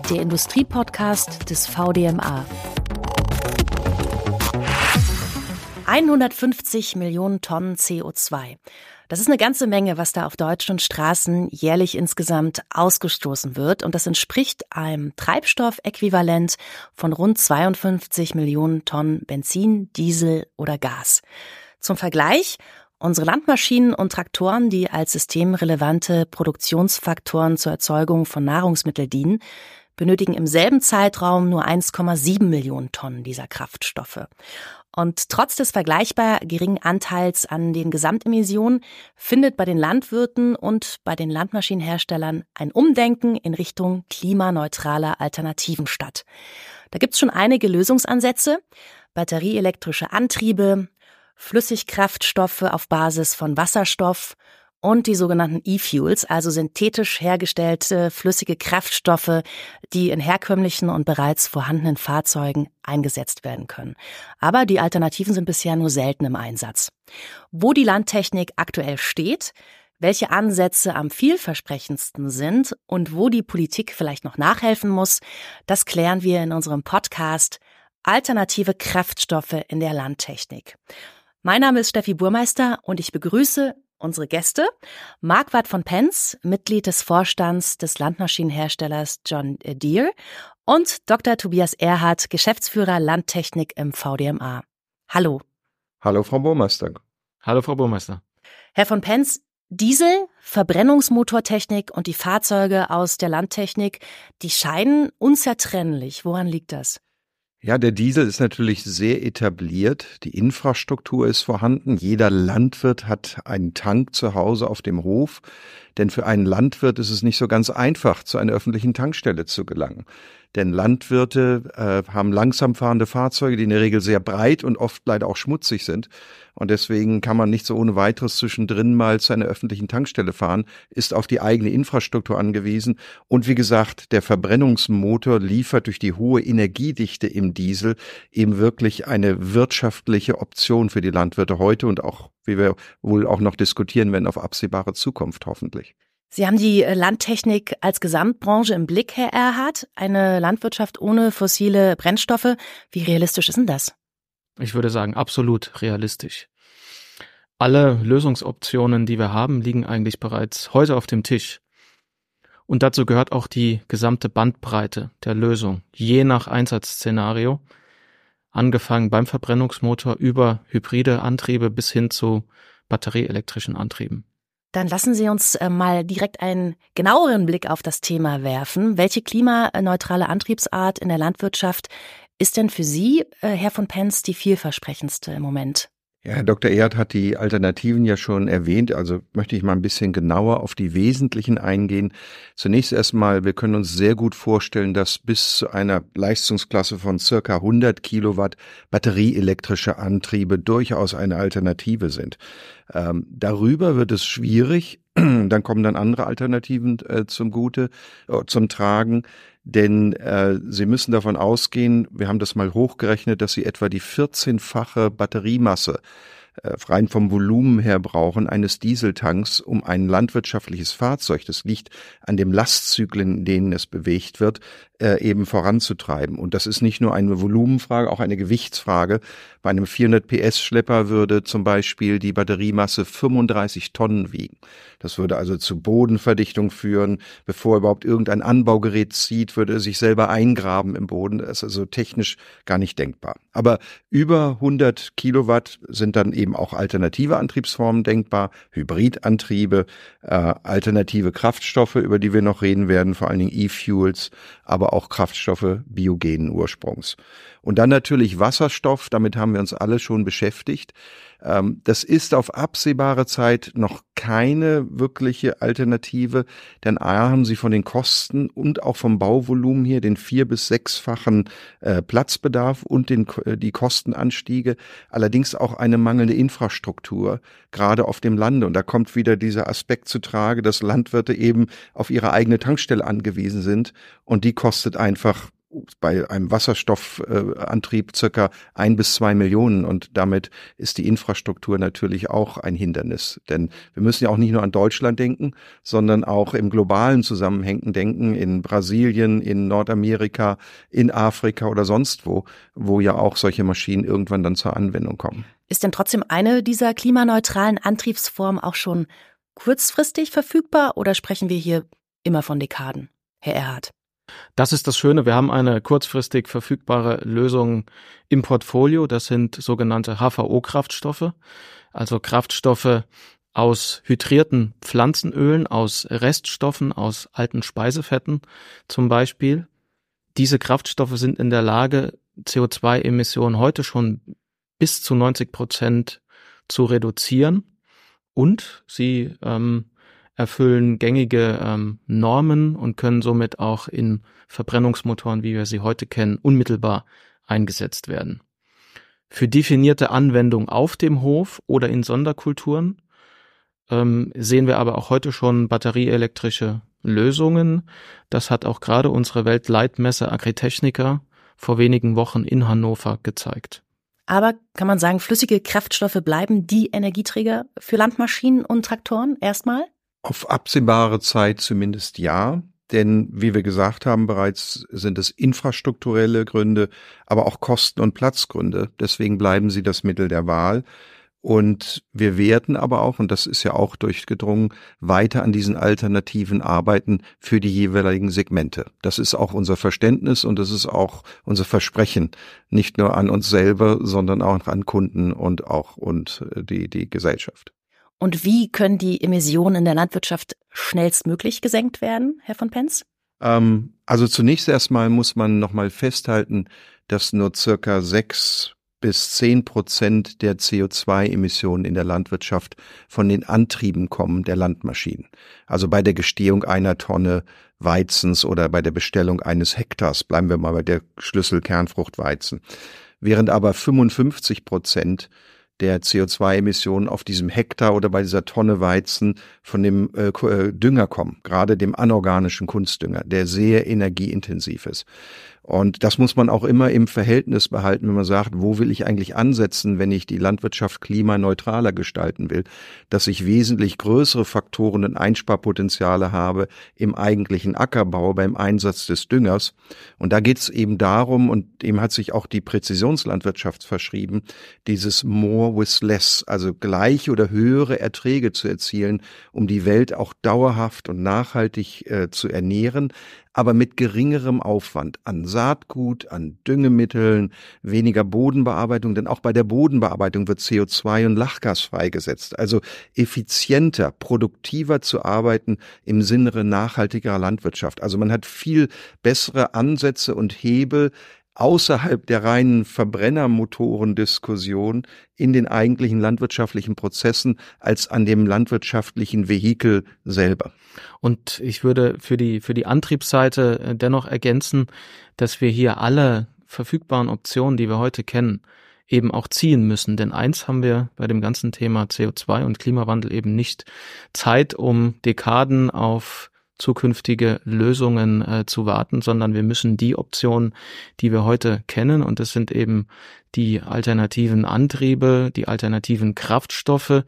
der Industriepodcast des VDMA. 150 Millionen Tonnen CO2. Das ist eine ganze Menge, was da auf deutschen Straßen jährlich insgesamt ausgestoßen wird. Und das entspricht einem Treibstoffäquivalent von rund 52 Millionen Tonnen Benzin, Diesel oder Gas. Zum Vergleich: Unsere Landmaschinen und Traktoren, die als systemrelevante Produktionsfaktoren zur Erzeugung von Nahrungsmitteln dienen, benötigen im selben Zeitraum nur 1,7 Millionen Tonnen dieser Kraftstoffe. Und trotz des vergleichbar geringen Anteils an den Gesamtemissionen findet bei den Landwirten und bei den Landmaschinenherstellern ein Umdenken in Richtung klimaneutraler Alternativen statt. Da gibt's schon einige Lösungsansätze: batterieelektrische Antriebe, Flüssigkraftstoffe auf Basis von Wasserstoff und die sogenannten E-Fuels, also synthetisch hergestellte flüssige Kraftstoffe, die in herkömmlichen und bereits vorhandenen Fahrzeugen eingesetzt werden können. Aber die Alternativen sind bisher nur selten im Einsatz. Wo die Landtechnik aktuell steht, welche Ansätze am vielversprechendsten sind und wo die Politik vielleicht noch nachhelfen muss, das klären wir in unserem Podcast Alternative Kraftstoffe in der Landtechnik. Mein Name ist Steffi Burmeister und ich begrüße unsere Gäste: Marquardt von Pentz, Mitglied des Vorstands des Landmaschinenherstellers John Deere, und Dr. Tobias Erhardt, Geschäftsführer Landtechnik im VDMA. Hallo. Hallo, Frau Burmeister. Hallo, Frau Burmeister. Herr von Pentz, Diesel, Verbrennungsmotortechnik und die Fahrzeuge aus der Landtechnik, die scheinen unzertrennlich. Woran liegt das? Ja, der Diesel ist natürlich sehr etabliert. Die Infrastruktur ist vorhanden. Jeder Landwirt hat einen Tank zu Hause auf dem Hof. Denn für einen Landwirt ist es nicht so ganz einfach, zu einer öffentlichen Tankstelle zu gelangen. Denn Landwirte haben langsam fahrende Fahrzeuge, die in der Regel sehr breit und oft leider auch schmutzig sind. Und deswegen kann man nicht so ohne weiteres zwischendrin mal zu einer öffentlichen Tankstelle fahren, ist auf die eigene Infrastruktur angewiesen. Und wie gesagt, der Verbrennungsmotor liefert durch die hohe Energiedichte im Diesel eben wirklich eine wirtschaftliche Option für die Landwirte heute und auch, wie wir wohl auch noch diskutieren werden, auf absehbare Zukunft hoffentlich. Sie haben die Landtechnik als Gesamtbranche im Blick, Herr Erhardt. Eine Landwirtschaft ohne fossile Brennstoffe. Wie realistisch ist denn das? Ich würde sagen, absolut realistisch. Alle Lösungsoptionen, die wir haben, liegen eigentlich bereits heute auf dem Tisch. Und dazu gehört auch die gesamte Bandbreite der Lösung, je nach Einsatzszenario, angefangen beim Verbrennungsmotor über hybride Antriebe bis hin zu batterieelektrischen Antrieben. Dann lassen Sie uns mal direkt einen genaueren Blick auf das Thema werfen. Welche klimaneutrale Antriebsart in der Landwirtschaft ist denn für Sie, Herr von Pentz, die vielversprechendste im Moment? Ja, Herr Dr. Erhardt hat die Alternativen ja schon erwähnt, also möchte ich mal ein bisschen genauer auf die wesentlichen eingehen. Zunächst erstmal, wir können uns sehr gut vorstellen, dass bis zu einer Leistungsklasse von circa 100 Kilowatt batterieelektrische Antriebe durchaus eine Alternative sind. Darüber wird es schwierig, dann kommen dann andere Alternativen zum Tragen. Denn Sie müssen davon ausgehen, wir haben das mal hochgerechnet, dass Sie etwa die 14-fache Batteriemasse rein vom Volumen her brauchen eines Dieseltanks, um ein landwirtschaftliches Fahrzeug, das liegt an dem Lastzyklen, in denen es bewegt wird, eben voranzutreiben. Und das ist nicht nur eine Volumenfrage, auch eine Gewichtsfrage. Bei einem 400 PS Schlepper würde zum Beispiel die Batteriemasse 35 Tonnen wiegen. Das würde also zu Bodenverdichtung führen. Bevor überhaupt irgendein Anbaugerät zieht, würde es sich selber eingraben im Boden. Das ist also technisch gar nicht denkbar. Aber über 100 Kilowatt sind dann eben auch alternative Antriebsformen denkbar, Hybridantriebe, alternative Kraftstoffe, über die wir noch reden werden, vor allen Dingen E-Fuels, aber auch Kraftstoffe biogenen Ursprungs. Und dann natürlich Wasserstoff, damit haben wir uns alle schon beschäftigt. Das ist auf absehbare Zeit noch keine wirkliche Alternative, denn A, haben Sie von den Kosten und auch vom Bauvolumen hier den 4- bis 6-fachen Platzbedarf und die Kostenanstiege, allerdings auch eine mangelnde Infrastruktur, gerade auf dem Lande. Und da kommt wieder dieser Aspekt zu Trage, dass Landwirte eben auf ihre eigene Tankstelle angewiesen sind und die kostet einfach bei einem Wasserstoffantrieb circa 1 bis 2 Millionen und damit ist die Infrastruktur natürlich auch ein Hindernis. Denn wir müssen ja auch nicht nur an Deutschland denken, sondern auch im globalen Zusammenhängen denken, in Brasilien, in Nordamerika, in Afrika oder sonst wo ja auch solche Maschinen irgendwann dann zur Anwendung kommen. Ist denn trotzdem eine dieser klimaneutralen Antriebsformen auch schon kurzfristig verfügbar oder sprechen wir hier immer von Dekaden, Herr Erhardt? Das ist das Schöne, wir haben eine kurzfristig verfügbare Lösung im Portfolio. Das sind sogenannte HVO-Kraftstoffe, also Kraftstoffe aus hydrierten Pflanzenölen, aus Reststoffen, aus alten Speisefetten zum Beispiel. Diese Kraftstoffe sind in der Lage, CO2-Emissionen heute schon bis zu 90% zu reduzieren und sie erfüllen gängige Normen und können somit auch in Verbrennungsmotoren, wie wir sie heute kennen, unmittelbar eingesetzt werden. Für definierte Anwendung auf dem Hof oder in Sonderkulturen sehen wir aber auch heute schon batterieelektrische Lösungen. Das hat auch gerade unsere Weltleitmesse Agritechnica vor wenigen Wochen in Hannover gezeigt. Aber kann man sagen, flüssige Kraftstoffe bleiben die Energieträger für Landmaschinen und Traktoren erstmal? Auf absehbare Zeit zumindest ja, denn wie wir gesagt haben bereits, sind es infrastrukturelle Gründe, aber auch Kosten- und Platzgründe. Deswegen bleiben sie das Mittel der Wahl. Und wir werden aber auch, und das ist ja auch durchgedrungen, weiter an diesen Alternativen arbeiten für die jeweiligen Segmente. Das ist auch unser Verständnis und das ist auch unser Versprechen, nicht nur an uns selber, sondern auch an Kunden und die Gesellschaft. Und wie können die Emissionen in der Landwirtschaft schnellstmöglich gesenkt werden, Herr von Pentz? Also zunächst erstmal muss man nochmal festhalten, dass nur circa 6 bis 10% der CO2-Emissionen in der Landwirtschaft von den Antrieben kommen der Landmaschinen. Also bei der Gestehung einer Tonne Weizens oder bei der Bestellung eines Hektars, bleiben wir mal bei der Schlüsselkernfruchtweizen. Während aber 55% der CO2-Emissionen auf diesem Hektar oder bei dieser Tonne Weizen von dem Dünger kommen, gerade dem anorganischen Kunstdünger, der sehr energieintensiv ist. Und das muss man auch immer im Verhältnis behalten, wenn man sagt, wo will ich eigentlich ansetzen, wenn ich die Landwirtschaft klimaneutraler gestalten will, dass ich wesentlich größere Faktoren und Einsparpotenziale habe im eigentlichen Ackerbau beim Einsatz des Düngers. Und da geht es eben darum, und dem hat sich auch die Präzisionslandwirtschaft verschrieben, dieses More with Less, also gleiche oder höhere Erträge zu erzielen, um die Welt auch dauerhaft und nachhaltig zu ernähren, aber mit geringerem Aufwand an Saatgut, an Düngemitteln, weniger Bodenbearbeitung, denn auch bei der Bodenbearbeitung wird CO2 und Lachgas freigesetzt. Also effizienter, produktiver zu arbeiten im Sinne nachhaltigerer Landwirtschaft. Also man hat viel bessere Ansätze und Hebel außerhalb der reinen Verbrennermotorendiskussion in den eigentlichen landwirtschaftlichen Prozessen als an dem landwirtschaftlichen Vehikel selber. Und ich würde für die Antriebsseite dennoch ergänzen, dass wir hier alle verfügbaren Optionen, die wir heute kennen, eben auch ziehen müssen. Denn eins haben wir bei dem ganzen Thema CO2 und Klimawandel eben nicht: Zeit, um Dekaden auf zukünftige Lösungen zu warten, sondern wir müssen die Optionen, die wir heute kennen, und das sind eben die alternativen Antriebe, die alternativen Kraftstoffe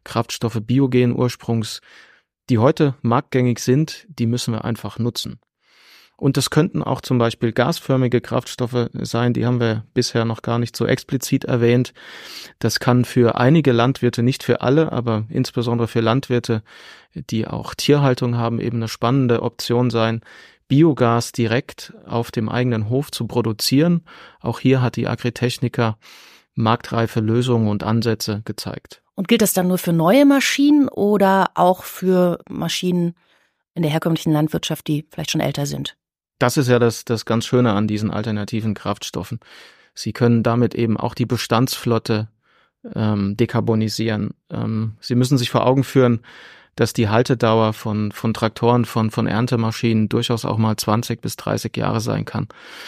biogenen Ursprungs, die heute marktgängig sind, die müssen wir einfach nutzen. Und das könnten auch zum Beispiel gasförmige Kraftstoffe sein, die haben wir bisher noch gar nicht so explizit erwähnt. Das kann für einige Landwirte, nicht für alle, aber insbesondere für Landwirte, die auch Tierhaltung haben, eben eine spannende Option sein, Biogas direkt auf dem eigenen Hof zu produzieren. Auch hier hat die Agritechnica marktreife Lösungen und Ansätze gezeigt. Und gilt das dann nur für neue Maschinen oder auch für Maschinen in der herkömmlichen Landwirtschaft, die vielleicht schon älter sind? Das ist ja das ganz Schöne an diesen alternativen Kraftstoffen. Sie können damit eben auch die Bestandsflotte dekarbonisieren. Sie müssen sich vor Augen führen, dass die Haltedauer von Traktoren, von Erntemaschinen durchaus auch mal 20 bis 30 Jahre sein kann.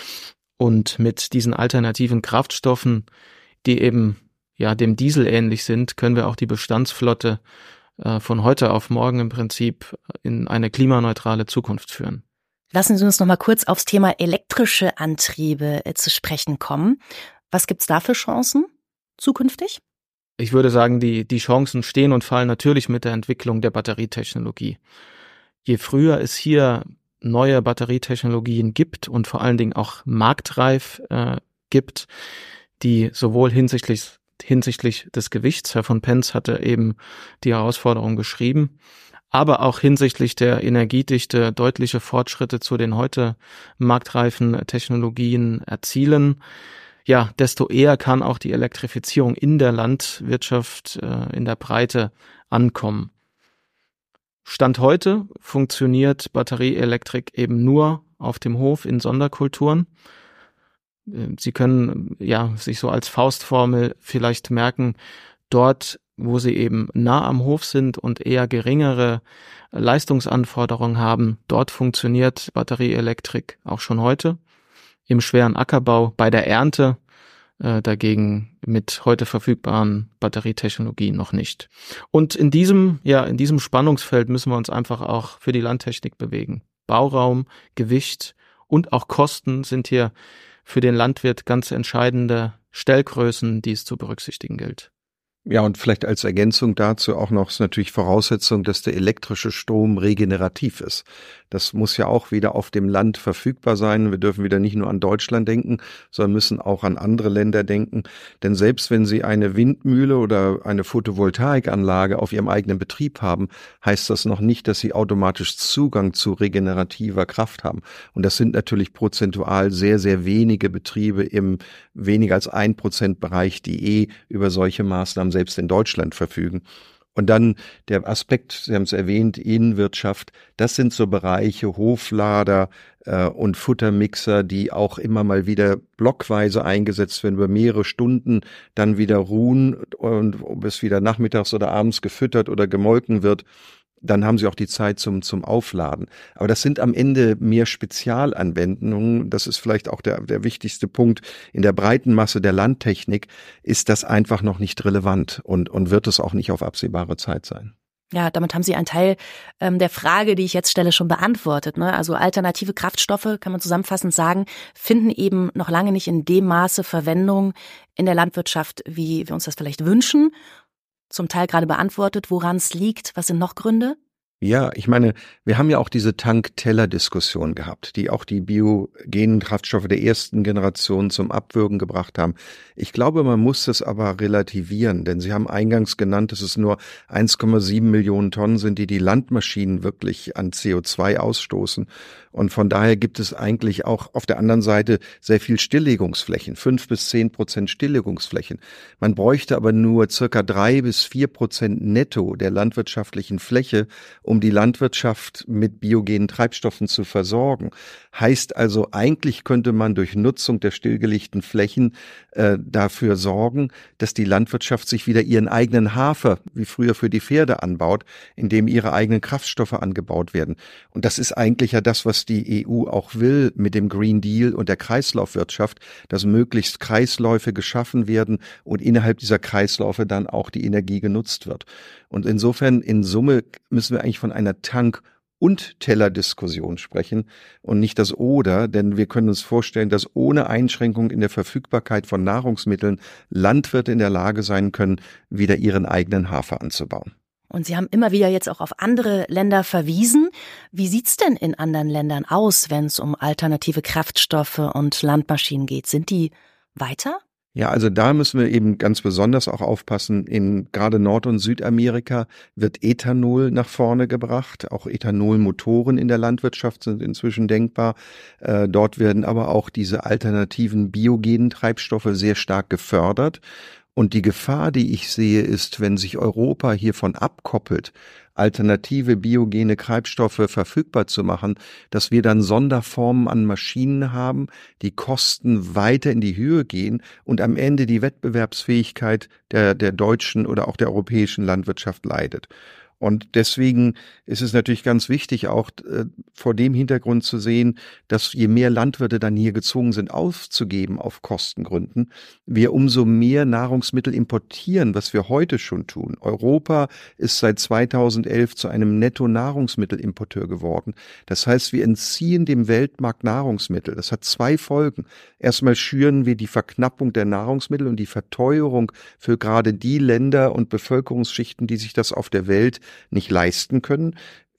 Und mit diesen alternativen Kraftstoffen, die eben dem Diesel ähnlich sind, können wir auch die Bestandsflotte von heute auf morgen im Prinzip in eine klimaneutrale Zukunft führen. Lassen Sie uns noch mal kurz aufs Thema elektrische Antriebe zu sprechen kommen. Was gibt's da für Chancen zukünftig? Ich würde sagen, die Chancen stehen und fallen natürlich mit der Entwicklung der Batterietechnologie. Je früher es hier neue Batterietechnologien gibt und vor allen Dingen auch marktreif gibt, die sowohl hinsichtlich des Gewichts, Herr von Pentz hatte eben die Herausforderung beschrieben, aber auch hinsichtlich der Energiedichte deutliche Fortschritte zu den heute marktreifen Technologien erzielen, ja, desto eher kann auch die Elektrifizierung in der Landwirtschaft in der Breite ankommen. Stand heute funktioniert Batterieelektrik eben nur auf dem Hof in Sonderkulturen. Sie können sich so als Faustformel vielleicht merken, dort, wo Sie eben nah am Hof sind und eher geringere Leistungsanforderungen haben, dort funktioniert Batterieelektrik auch schon heute. Im schweren Ackerbau, bei der Ernte, dagegen mit heute verfügbaren Batterietechnologien noch nicht. Und in diesem Spannungsfeld müssen wir uns einfach auch für die Landtechnik bewegen. Bauraum, Gewicht und auch Kosten sind hier für den Landwirt ganz entscheidende Stellgrößen, die es zu berücksichtigen gilt. Ja, und vielleicht als Ergänzung dazu auch noch ist natürlich Voraussetzung, dass der elektrische Strom regenerativ ist. Das muss ja auch wieder auf dem Land verfügbar sein. Wir dürfen wieder nicht nur an Deutschland denken, sondern müssen auch an andere Länder denken. Denn selbst wenn Sie eine Windmühle oder eine Photovoltaikanlage auf Ihrem eigenen Betrieb haben, heißt das noch nicht, dass Sie automatisch Zugang zu regenerativer Kraft haben. Und das sind natürlich prozentual sehr, sehr wenige Betriebe im weniger als 1% Bereich, die über solche Maßnahmen selbst in Deutschland verfügen. Und dann der Aspekt, Sie haben es erwähnt, Innenwirtschaft, das sind so Bereiche, Hoflader und Futtermixer, die auch immer mal wieder blockweise eingesetzt werden, über mehrere Stunden dann wieder ruhen und bis wieder nachmittags oder abends gefüttert oder gemolken wird. Dann haben Sie auch die Zeit zum Aufladen. Aber das sind am Ende mehr Spezialanwendungen. Das ist vielleicht auch der wichtigste Punkt. In der breiten Masse der Landtechnik ist das einfach noch nicht relevant und wird es auch nicht auf absehbare Zeit sein. Ja, damit haben Sie einen Teil der Frage, die ich jetzt stelle, schon beantwortet, ne? Also alternative Kraftstoffe, kann man zusammenfassend sagen, finden eben noch lange nicht in dem Maße Verwendung in der Landwirtschaft, wie wir uns das vielleicht wünschen. Zum Teil gerade beantwortet, woran es liegt. Was sind noch Gründe? Ja, ich meine, wir haben ja auch diese Tank-Teller-Diskussion gehabt, die auch die biogenen Kraftstoffe der ersten Generation zum Abwürgen gebracht haben. Ich glaube, man muss das aber relativieren, denn Sie haben eingangs genannt, dass es nur 1,7 Millionen Tonnen sind, die Landmaschinen wirklich an CO2 ausstoßen. Und von daher gibt es eigentlich auch auf der anderen Seite sehr viel Stilllegungsflächen, 5-10% Stilllegungsflächen. Man bräuchte aber nur circa 3-4% netto der landwirtschaftlichen Fläche, um die Landwirtschaft mit biogenen Treibstoffen zu versorgen. Heißt also, eigentlich könnte man durch Nutzung der stillgelegten Flächen dafür sorgen, dass die Landwirtschaft sich wieder ihren eigenen Hafer, wie früher für die Pferde, anbaut, indem ihre eigenen Kraftstoffe angebaut werden. Und das ist eigentlich ja das, was die EU auch will mit dem Green Deal und der Kreislaufwirtschaft, dass möglichst Kreisläufe geschaffen werden und innerhalb dieser Kreisläufe dann auch die Energie genutzt wird. Und insofern, in Summe müssen wir eigentlich von einer Tank- und Teller-Diskussion sprechen und nicht das Oder, denn wir können uns vorstellen, dass ohne Einschränkung in der Verfügbarkeit von Nahrungsmitteln Landwirte in der Lage sein können, wieder ihren eigenen Hafer anzubauen. Und Sie haben immer wieder jetzt auch auf andere Länder verwiesen. Wie sieht's denn in anderen Ländern aus, wenn es um alternative Kraftstoffe und Landmaschinen geht? Sind die weiter? Ja, also da müssen wir eben ganz besonders auch aufpassen. In gerade Nord- und Südamerika wird Ethanol nach vorne gebracht. Auch Ethanolmotoren in der Landwirtschaft sind inzwischen denkbar. Dort werden aber auch diese alternativen biogenen Treibstoffe sehr stark gefördert. Und die Gefahr, die ich sehe, ist, wenn sich Europa hiervon abkoppelt, alternative biogene Treibstoffe verfügbar zu machen, dass wir dann Sonderformen an Maschinen haben, die Kosten weiter in die Höhe gehen und am Ende die Wettbewerbsfähigkeit der deutschen oder auch der europäischen Landwirtschaft leidet. Und deswegen ist es natürlich ganz wichtig, auch vor dem Hintergrund zu sehen, dass je mehr Landwirte dann hier gezwungen sind, aufzugeben auf Kostengründen, wir umso mehr Nahrungsmittel importieren, was wir heute schon tun. Europa ist seit 2011 zu einem Netto-Nahrungsmittelimporteur geworden. Das heißt, wir entziehen dem Weltmarkt Nahrungsmittel. Das hat zwei Folgen. Erstmal schüren wir die Verknappung der Nahrungsmittel und die Verteuerung für gerade die Länder und Bevölkerungsschichten, die sich das auf der Welt nicht leisten können.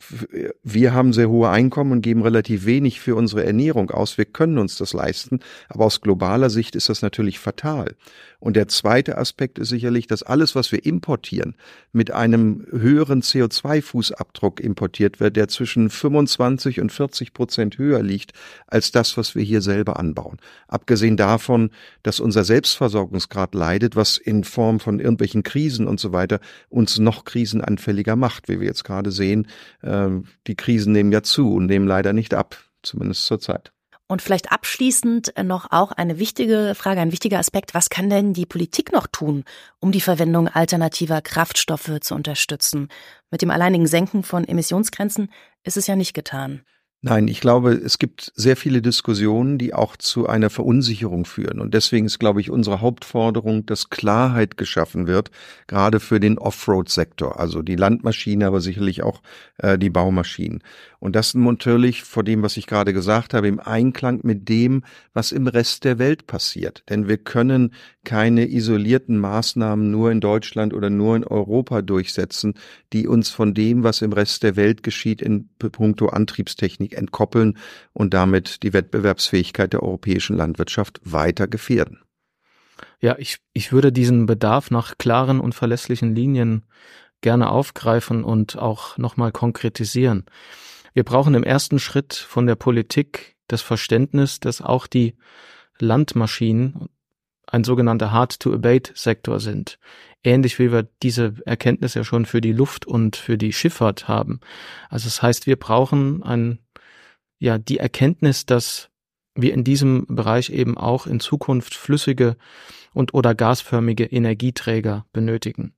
Wir haben sehr hohe Einkommen und geben relativ wenig für unsere Ernährung aus. Wir können uns das leisten, aber aus globaler Sicht ist das natürlich fatal. Und der zweite Aspekt ist sicherlich, dass alles, was wir importieren, mit einem höheren CO2-Fußabdruck importiert wird, der zwischen 25% und 40% höher liegt als das, was wir hier selber anbauen. Abgesehen davon, dass unser Selbstversorgungsgrad leidet, was in Form von irgendwelchen Krisen und so weiter uns noch krisenanfälliger macht, wie wir jetzt gerade sehen. Die Krisen nehmen ja zu und nehmen leider nicht ab, zumindest zurzeit. Und vielleicht abschließend noch auch eine wichtige Frage, ein wichtiger Aspekt. Was kann denn die Politik noch tun, um die Verwendung alternativer Kraftstoffe zu unterstützen? Mit dem alleinigen Senken von Emissionsgrenzen ist es ja nicht getan. Nein, ich glaube, es gibt sehr viele Diskussionen, die auch zu einer Verunsicherung führen. Und deswegen ist, glaube ich, unsere Hauptforderung, dass Klarheit geschaffen wird, gerade für den Offroad-Sektor, also die Landmaschine, aber sicherlich auch die Baumaschinen. Und das natürlich vor dem, was ich gerade gesagt habe, im Einklang mit dem, was im Rest der Welt passiert. Denn wir können keine isolierten Maßnahmen nur in Deutschland oder nur in Europa durchsetzen, die uns von dem, was im Rest der Welt geschieht, in puncto Antriebstechnik entkoppeln und damit die Wettbewerbsfähigkeit der europäischen Landwirtschaft weiter gefährden. Ja, ich würde diesen Bedarf nach klaren und verlässlichen Linien gerne aufgreifen und auch nochmal konkretisieren. Wir brauchen im ersten Schritt von der Politik das Verständnis, dass auch die Landmaschinen ein sogenannter Hard-to-Abate-Sektor sind. Ähnlich wie wir diese Erkenntnis ja schon für die Luft- und für die Schifffahrt haben. Also das heißt, wir brauchen die Erkenntnis, dass wir in diesem Bereich eben auch in Zukunft flüssige und oder gasförmige Energieträger benötigen.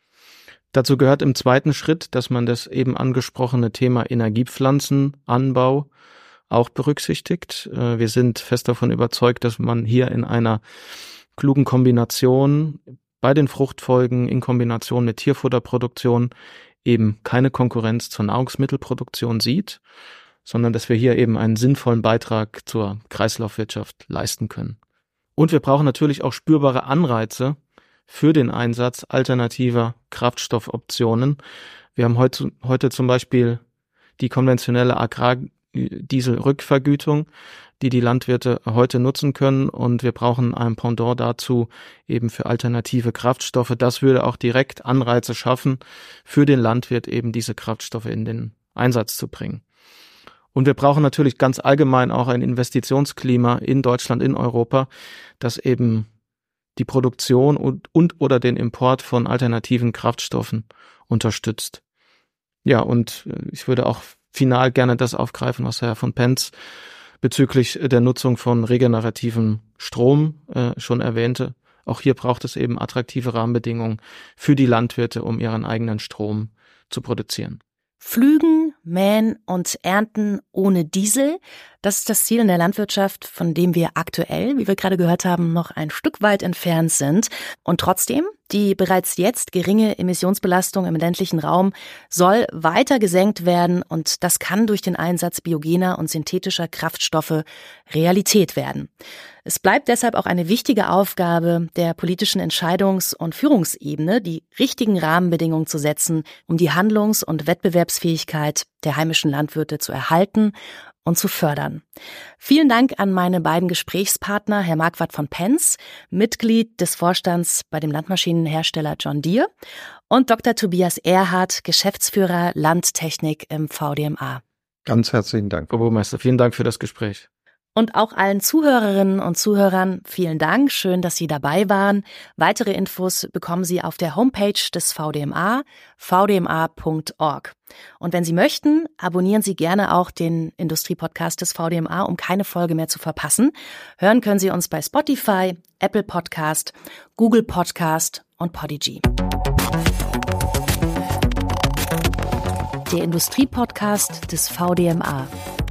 Dazu gehört im zweiten Schritt, dass man das eben angesprochene Thema Energiepflanzenanbau auch berücksichtigt. Wir sind fest davon überzeugt, dass man hier in einer klugen Kombination bei den Fruchtfolgen in Kombination mit Tierfutterproduktion eben keine Konkurrenz zur Nahrungsmittelproduktion sieht, sondern dass wir hier eben einen sinnvollen Beitrag zur Kreislaufwirtschaft leisten können. Und wir brauchen natürlich auch spürbare Anreize für den Einsatz alternativer Kraftstoffoptionen. Wir haben heute zum Beispiel die konventionelle Agrardieselrückvergütung, die Landwirte heute nutzen können, und wir brauchen ein Pendant dazu eben für alternative Kraftstoffe. Das würde auch direkt Anreize schaffen, für den Landwirt eben diese Kraftstoffe in den Einsatz zu bringen. Und wir brauchen natürlich ganz allgemein auch ein Investitionsklima in Deutschland, in Europa, das eben die Produktion und oder den Import von alternativen Kraftstoffen unterstützt. Ja, und ich würde auch final gerne das aufgreifen, was Herr von Pentz bezüglich der Nutzung von regenerativem Strom schon erwähnte. Auch hier braucht es eben attraktive Rahmenbedingungen für die Landwirte, um ihren eigenen Strom zu produzieren. Pflügen, mähen und ernten ohne Diesel, das ist das Ziel in der Landwirtschaft, von dem wir aktuell, wie wir gerade gehört haben, noch ein Stück weit entfernt sind. Und trotzdem, die bereits jetzt geringe Emissionsbelastung im ländlichen Raum soll weiter gesenkt werden, und das kann durch den Einsatz biogener und synthetischer Kraftstoffe Realität werden. Es bleibt deshalb auch eine wichtige Aufgabe der politischen Entscheidungs- und Führungsebene, die richtigen Rahmenbedingungen zu setzen, um die Handlungs- und Wettbewerbsfähigkeit der heimischen Landwirte zu erhalten und zu fördern. Vielen Dank an meine beiden Gesprächspartner, Herr Marquardt von Pentz, Mitglied des Vorstands bei dem Landmaschinenhersteller John Deere, und Dr. Tobias Erhardt, Geschäftsführer Landtechnik im VDMA. Ganz herzlichen Dank. Frau Burmeister, vielen Dank für das Gespräch. Und auch allen Zuhörerinnen und Zuhörern vielen Dank. Schön, dass Sie dabei waren. Weitere Infos bekommen Sie auf der Homepage des VDMA, vdma.org. Und wenn Sie möchten, abonnieren Sie gerne auch den Industriepodcast des VDMA, um keine Folge mehr zu verpassen. Hören können Sie uns bei Spotify, Apple Podcast, Google Podcast und Podigy. der Industriepodcast des VDMA.